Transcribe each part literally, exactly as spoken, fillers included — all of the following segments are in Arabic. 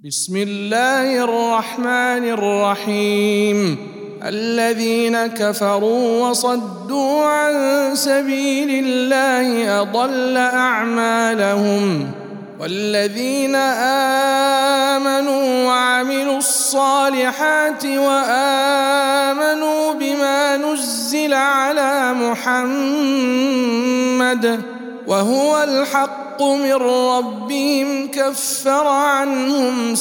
بسم الله الرحمن الرحيم. الذين كفروا وصدوا عن سبيل الله أضل أعمالهم، والذين آمنوا وعملوا الصالحات وآمنوا بما نزل على محمد وهو الحق من ربهم كفر عنهم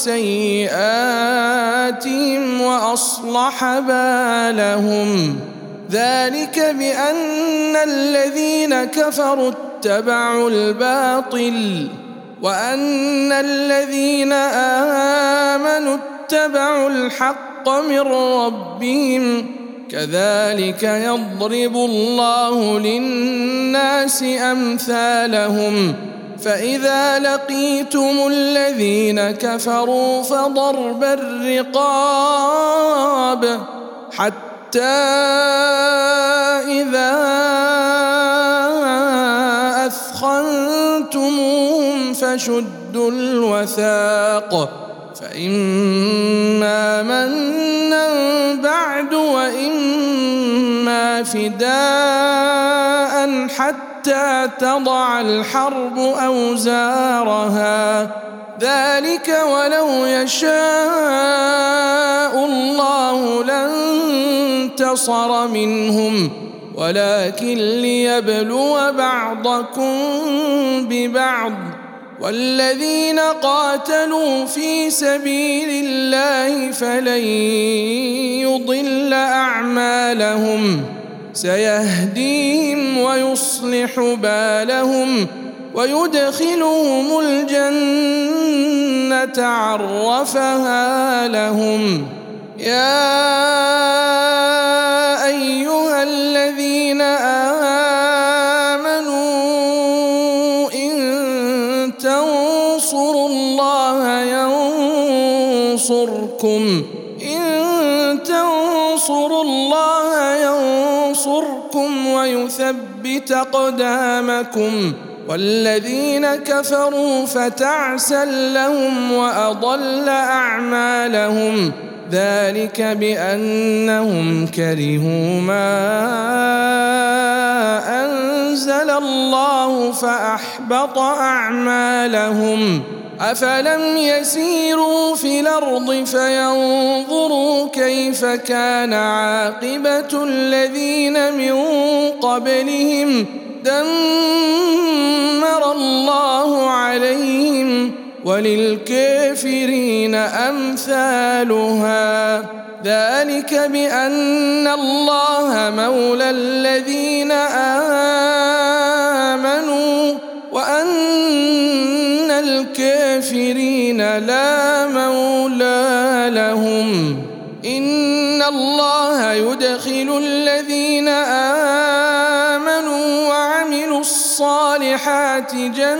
سيئاتهم وأصلح بالهم. ذلك بأن الذين كفروا اتبعوا الباطل وأن الذين آمنوا اتبعوا الحق من ربهم، كذلك يضرب الله للناس أمثالهم. فإذا لقيتم الذين كفروا فضرب الرقاب حتى إذا أثخنتموهم فشدوا الوثاق، فإما منا بعد وإما فداء حتى تضع الحرب أوزارها. ذلك ولو يشاء الله لانتصر منهم، ولكن ليبلو بعضكم ببعض. والذين قاتلوا في سبيل الله فلن يضل أعمالهم، سيهديهم ويصلح بالهم ويدخلهم الجنة عرفها لهم. يا أيها الذين آمنوا إن تنصروا الله ينصركم إن تنصروا الله ينصركم ويثبت أقدامكم. والذين كفروا فتعسا لهم وأضل أعمالهم. ذلك بأنهم كرهوا ما أنزل الله فأحبط أعمالهم. أفلم يسيروا في الأرض فينظروا كيف كان عاقبة الذين من قبلهم، دمر الله عليهم وللكافرين أمثالها. ذلك بأن الله مولى الذين آمنوا وأن الكافرين لا مولى لهم. إن الله يدخل الذين آمنوا وعملوا الصالحات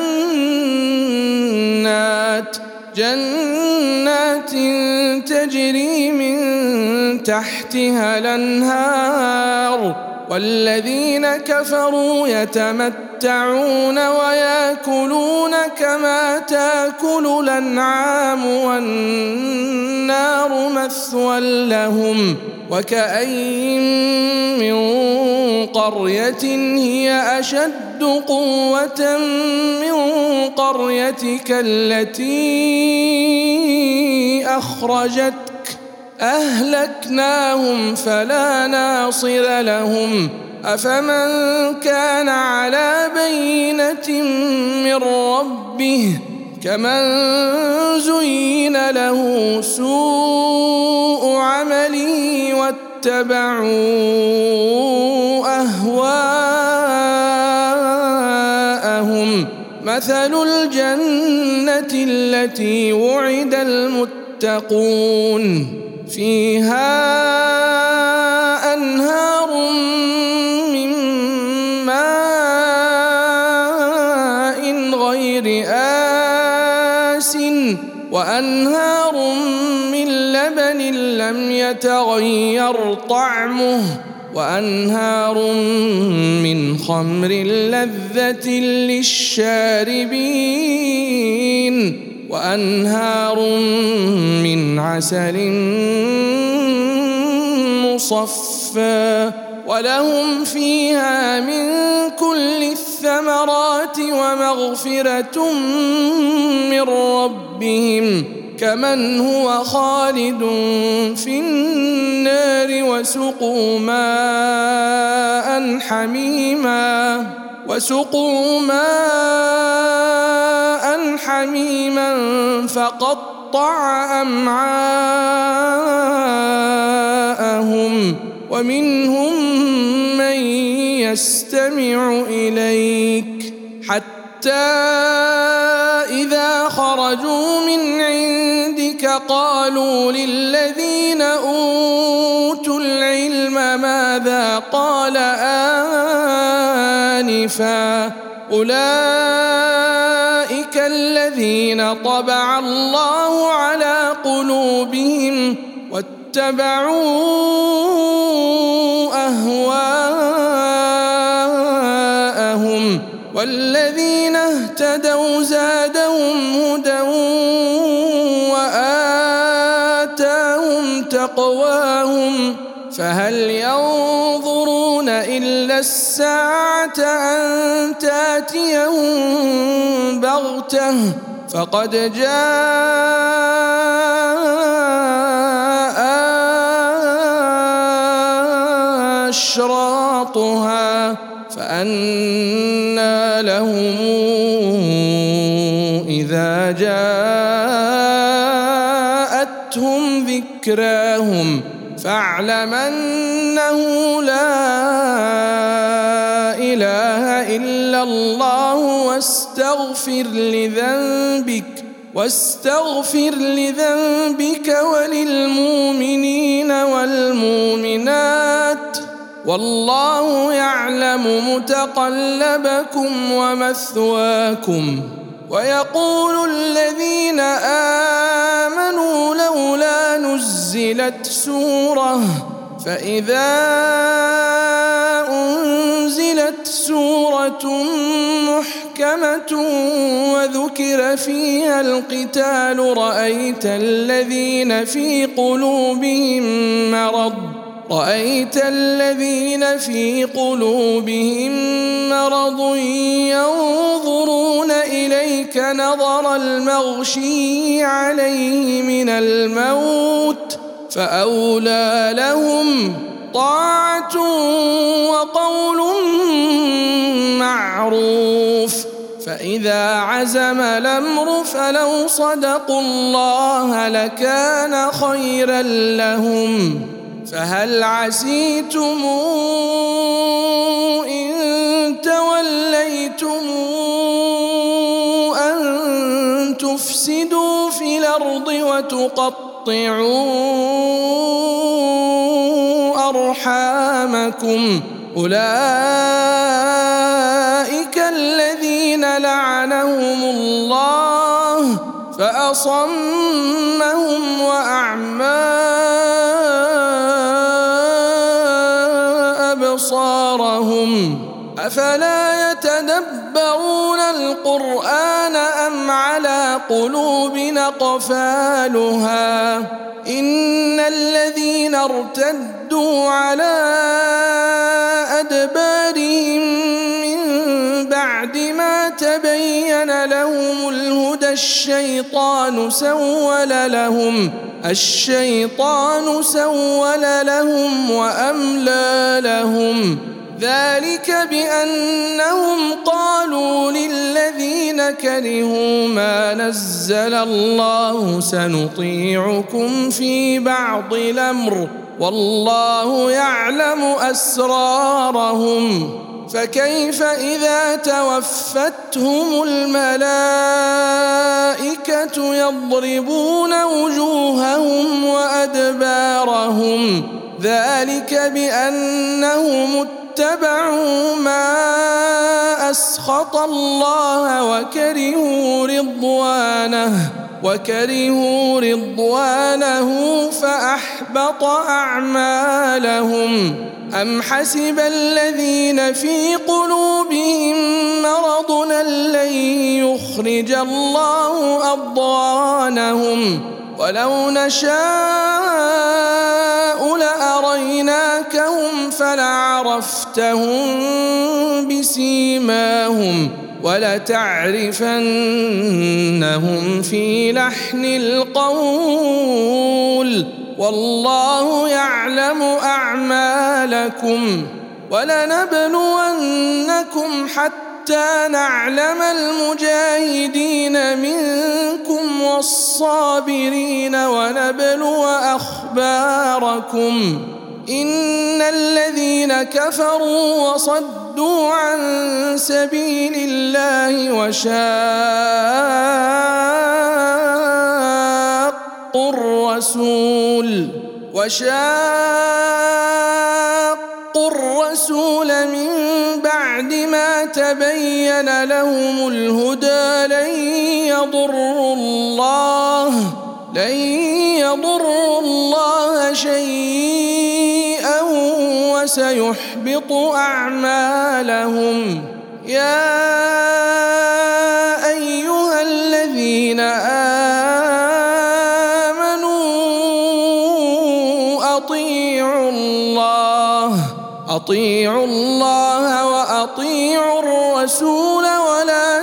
جنات جنات تجري من تحتها الأنهار، والذين كفروا يتمتعون ويأكلون كما تأكل الأنعام والنار مثوى لهم. وكأين من قرية هي أشد قوة من قريتك التي أخرجتك أهلكناهم فلا ناصر لهم. أفمن كان على بينة من ربه كمن زين له سوء عمله واتبعوا أهواءهم. مثل الجنة التي وعد المتقون فيها أنهار من ماء غير آسٍ وأنهار من لبن لم يتغير طعمه وأنهار من خمر لذة للشاربين وأنهار من عسل مصفى ولهم فيها من كل الثمرات ومغفرة من ربهم كمن هو خالد في النار وسقوا ماء حميما وسقوا ماء حميما فقطع أمعاءهم ومنهم من يستمع إليك حتى إذا خرجوا من عندك قالوا للذين أوتوا العلم ماذا قال آنفا أولئك الذين طبع الله على قلوبهم واتبعوا أهواءهم والذين اهتدوا زادهم هدى وآتاهم تقواهم فهل ينظرون إلا الساعة أن تأتيهم بغتة فقد جاء أشراطها فأنى لهم إذا جاءتهم ذكراهم فاعلم أنه لا إله إلا الله واستغفر لذنبك واستغفر لذنبك وللمؤمنين والمؤمنات والله يعلم متقلبكم ومثواكم ويقول الذين آمنوا لولا نزلت سورة فإذا أنزلت سورة محكمة وذكر فيها القتال رأيت الذين في قلوبهم مرض رأيت الذين في قلوبهم مرض ينظرون إليك نظر المغشي عليه من الموت فأولى لهم طاعة وقول معروف فإذا عزم الأمر فلو صدقوا الله لكان خيرا لهم فهل عسيتم إن توليتم أن تفسدوا في الأرض وتقطعوا أرحامكم أولئك الذين لعنهم الله فأصمهم وأعمى أبصارهم أفلا يتدبرون القرآن أم على قلوب أقفالها إن الذين ارتدوا على أدبارهم من بعد ما تبين لهم الهدى الشيطان سول لهم الشيطان سول لهم وأملى لهم ذلك بأنهم قالوا للذين كرهوا ما نزل الله سنطيعكم في بعض الأمر والله يعلم أسرارهم فكيف إذا توفتهم الملائكة يضربون وجوههم وأدبارهم ذلك بأنهم اتبعوا ما أسخط الله وكرهوا رضوانه وكرهوا رضوانه فأحبط أعمالهم أم حسب الذين في قلوبهم مرض أن لن يخرج الله أضغانهم ولو نشاء لأريناكهم فلعرفتهم بسيماهم ولتعرفنهم في لحن القول والله يعلم أعمالكم ولنبلونكم حتى نعلم المجاهدين منكم والصابرين ونبلو أخباركم إن الذين كفروا وصدوا عن سبيل الله وشاقوا الرسول وشاقوا الرسول من بعد ما تبين لهم الهدى لن يضروا الله لن يضروا الله شيئا وسيحبط أعمالهم يا أيها الذين آمنوا أطيعوا الله أطيعوا الله وأطيعوا الرسول ولا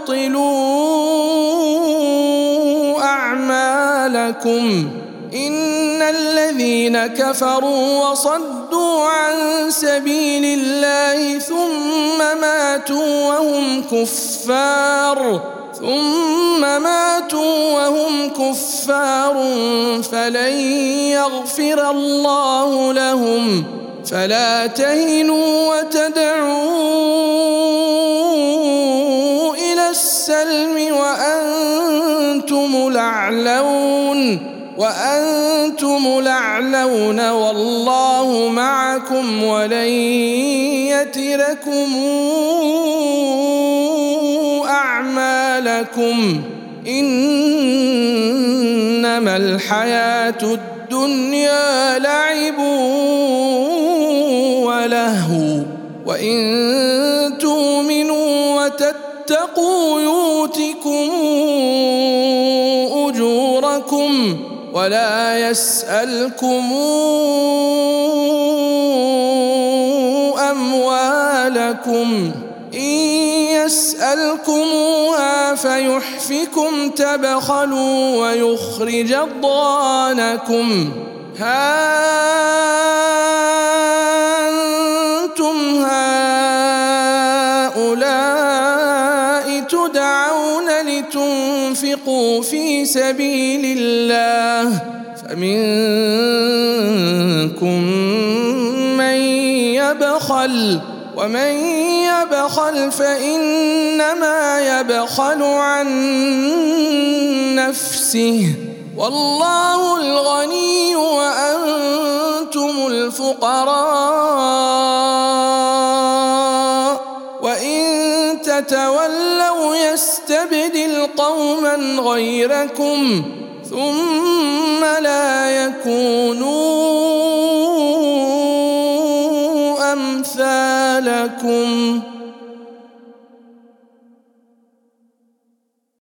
تبطلوا أعمالكم إن الذين كفروا وصدوا عن سبيل الله ثم ماتوا وهم كفار ثم ماتوا وهم كفار فلن يغفر الله لهم فلا تهنوا وتدعوا إلى السلم وأنتم الأعلون وأنتم الأعلون والله معكم ولن يتركم أعمالكم إنما الحياة الدنيا لعب ولهو وإن تؤمنوا وتتقوا يؤتكم أجوركم ولا يسألكم أموالكم إن يسألكموها فيحفكم تبخلوا ويخرج أضغانكم ها أنتم هؤلاء تدعون لتنفقوا في سبيل الله فمنكم من يبخل ومن يبخل فإنما يبخل عن نفسه والله الغني وأنتم الفقراء وإن تتولوا يستبدل قوما غيركم ثم لا يكونوا أمثالكم